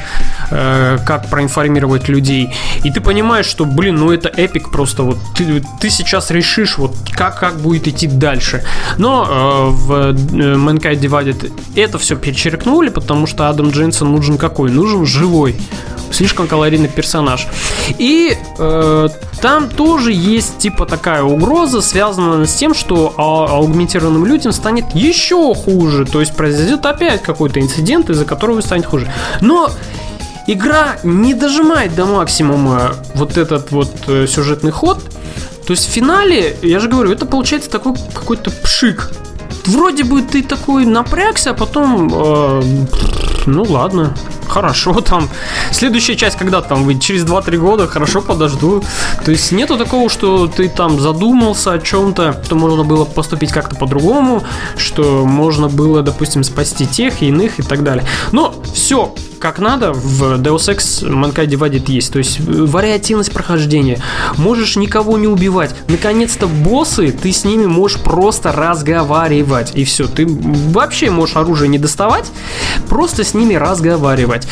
э, как проинформировать людей. И ты понимаешь, что, блин, ну это эпик просто. Вот ты, ты сейчас решишь, вот как, как будет идти дальше. Но э, в Mankind Divided это все перечеркнули, потому что Адам Дженсон нужен какой? Нужен живой. Слишком калорийный персонаж. И э, там тоже есть типа такая угроза, связанная с тем, что а- аугментированным людям станет еще хуже. То есть произойдет опять какой-то инцидент, из-за которого станет хуже. Но игра не дожимает до максимума вот этот вот э, сюжетный ход. То есть в финале, я же говорю, это получается такой какой-то пшик. Вроде бы ты такой напрягся, а потом э, ну ладно, хорошо, там следующая часть когда там выйдет, через два-три года, хорошо, подожду. То есть нету такого, что ты там задумался о чем-то, что можно было поступить как-то по-другому, что можно было, допустим, спасти тех и иных и так далее. Но все как надо в Deus Ex Mankind Divided есть. То есть вариативность прохождения. Можешь никого не убивать. Наконец-то боссы, ты с ними можешь просто разговаривать. И все. Ты вообще можешь оружие не доставать, просто с ними разговаривать.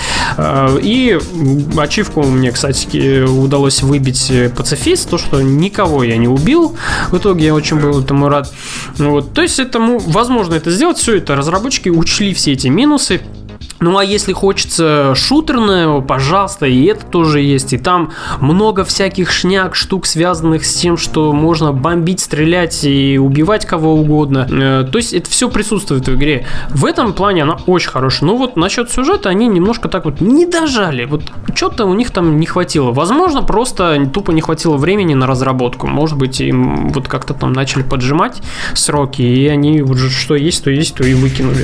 И ачивку мне, кстати, удалось выбить пацифист. То, что никого я не убил. В итоге я очень был этому рад. Вот. То есть это возможно это сделать. Все это разработчики учли все эти минусы. Ну а если хочется шутерного, пожалуйста, и это тоже есть. И там много всяких шняк, штук, связанных с тем, что можно бомбить, стрелять и убивать кого угодно. То есть это все присутствует в игре. В этом плане она очень хорошая. Но вот насчет сюжета они немножко так вот не дожали. Вот что-то у них там не хватило. Возможно, просто тупо не хватило времени на разработку. Может быть, им вот как-то там начали поджимать сроки, и они уже что есть, то есть, то и выкинули.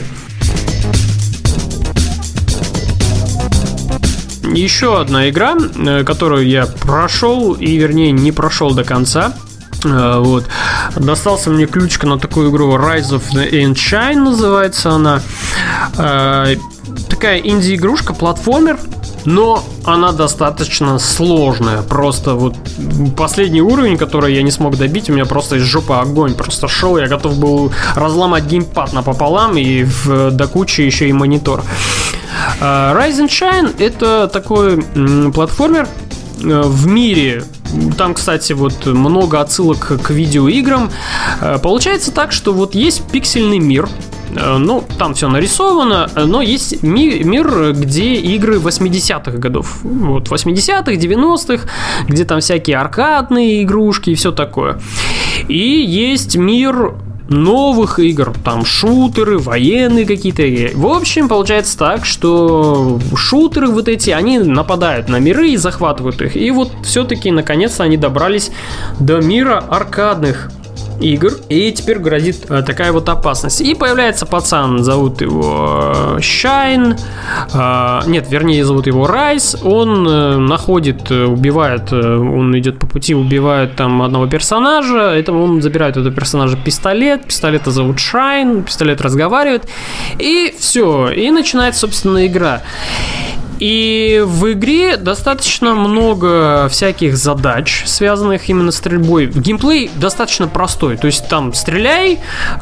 Еще одна игра, которую я прошел, и вернее не прошел до конца. Вот. Достался мне ключик на такую игру Rise of the Endshine, называется она. Такая инди-игрушка, платформер, но она достаточно сложная. Просто вот последний уровень, который я не смог добить, у меня просто из жопы огонь просто шел. Я готов был разломать геймпад напополам и в, до кучи еще и монитор. Rise and Shine — это такой м, платформер в мире. Там, кстати, вот много отсылок к видеоиграм. Получается так, что вот есть пиксельный мир. Ну, там все нарисовано, но есть ми- мир, где игры восьмидесятых годов. Вот, восьмидесятых, девяностых, где там всякие аркадные игрушки и все такое. И есть мир новых игр, там шутеры, военные какие-то игры. В общем, получается так, что шутеры вот эти, они нападают на миры и захватывают их. И вот все-таки, наконец-то, они добрались до мира аркадных игр, и теперь грозит э, такая вот опасность. И появляется пацан, зовут его Shine, э, нет, вернее, зовут его Rise. Он э, находит, э, убивает, э, он идет по пути, убивает там одного персонажа. Это он забирает у этого персонажа пистолет. Пистолета зовут Shine, пистолет разговаривает, и все, и начинается, собственно, игра. И в игре достаточно много всяких задач, связанных именно с стрельбой. Геймплей достаточно простой. То есть там стреляй,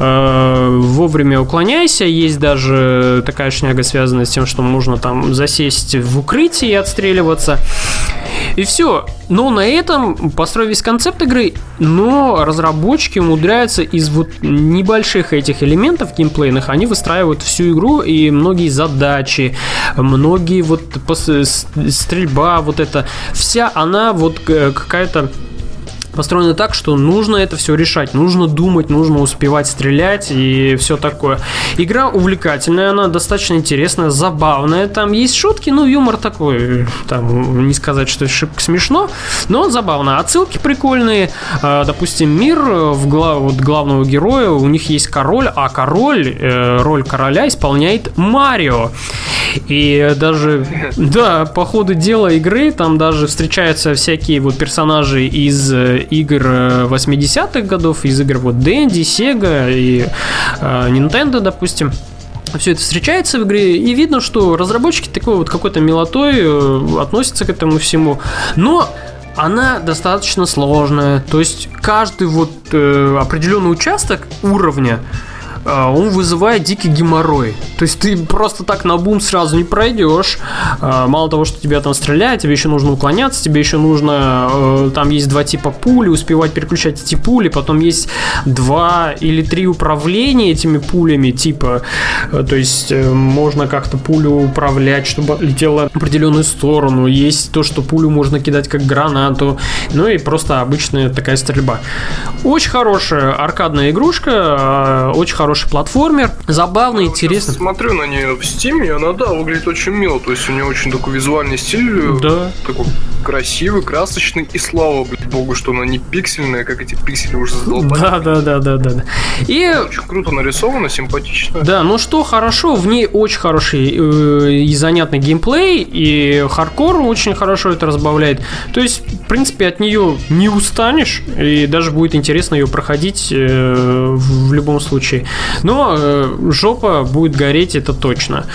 э, вовремя уклоняйся. Есть даже такая шняга, связанная с тем, что можно там засесть в укрытии и отстреливаться. И все. Но на этом построен весь концепт игры. Но разработчики умудряются из вот небольших этих элементов геймплейных, они выстраивают всю игру, и многие задачи, многие вот стрельба, вот эта вся, она вот какая-то построено так, что нужно это все решать, нужно думать, нужно успевать стрелять и все такое. Игра увлекательная, она достаточно интересная, забавная, там есть шутки, ну юмор такой, там не сказать, что шибко смешно, но забавно. Отсылки прикольные, допустим, мир в глав... вот главного героя, у них есть король, а король, роль короля исполняет Марио. И даже, да, по ходу дела игры там даже встречаются всякие вот персонажи из игр восьмидесятых годов, из игр вот Dendy, Sega и э, Nintendo, допустим. Все это встречается в игре, и видно, что разработчики такой вот какой-то милотой э, относятся к этому всему. Но она достаточно сложная. То есть каждый вот э, определенный участок уровня он вызывает дикий геморрой. То есть ты просто так на бум сразу не пройдешь. Мало того, что тебя там стреляют, тебе еще нужно уклоняться, тебе еще нужно... Там есть два типа пули, успевать переключать эти пули. Потом есть два или три управления этими пулями, типа... То есть можно как-то пулю управлять, чтобы летела в определенную сторону. Есть то, что пулю можно кидать как гранату. Ну и просто обычная такая стрельба. Очень хорошая аркадная игрушка, очень хорошая платформер, забавно, я интересно. Я смотрю на нее в Steam, и она, да, выглядит очень мило. То есть у нее очень такой визуальный стиль, да, такой красивый, красочный. И слава богу, что она не пиксельная, как эти пиксели уже задолбали. Да, да, да, да, да. И очень круто нарисовано, симпатично. Да, ну что хорошо, в ней очень хороший э, и занятный геймплей, и хардкор очень хорошо это разбавляет. То есть, в принципе, от нее не устанешь, и даже будет интересно ее проходить э, в любом случае. Но э, жопа будет гореть, это точно.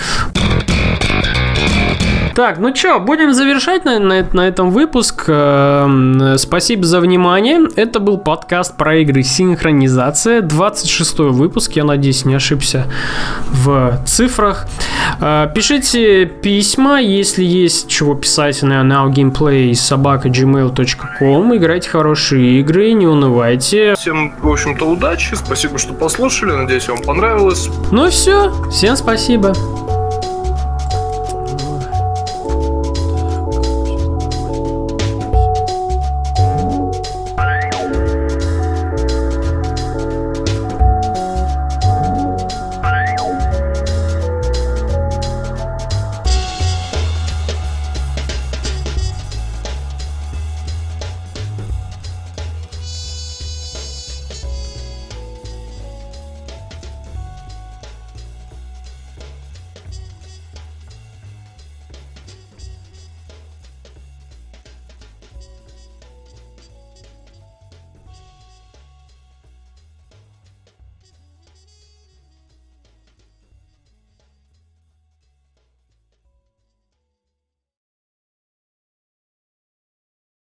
Так, ну чё, будем завершать на, на, на этом выпуск. Э, спасибо за внимание. Это был подкаст про игры «Синхронизация». двадцать шестой выпуск, я надеюсь, не ошибся в цифрах. Э, пишите письма, если есть чего писать, на nowgameplay собака джимейл точка ком. Играйте хорошие игры, не унывайте. Всем, в общем-то, удачи. Спасибо, что послушали. Надеюсь, вам понравилось. Ну и все. Всем спасибо.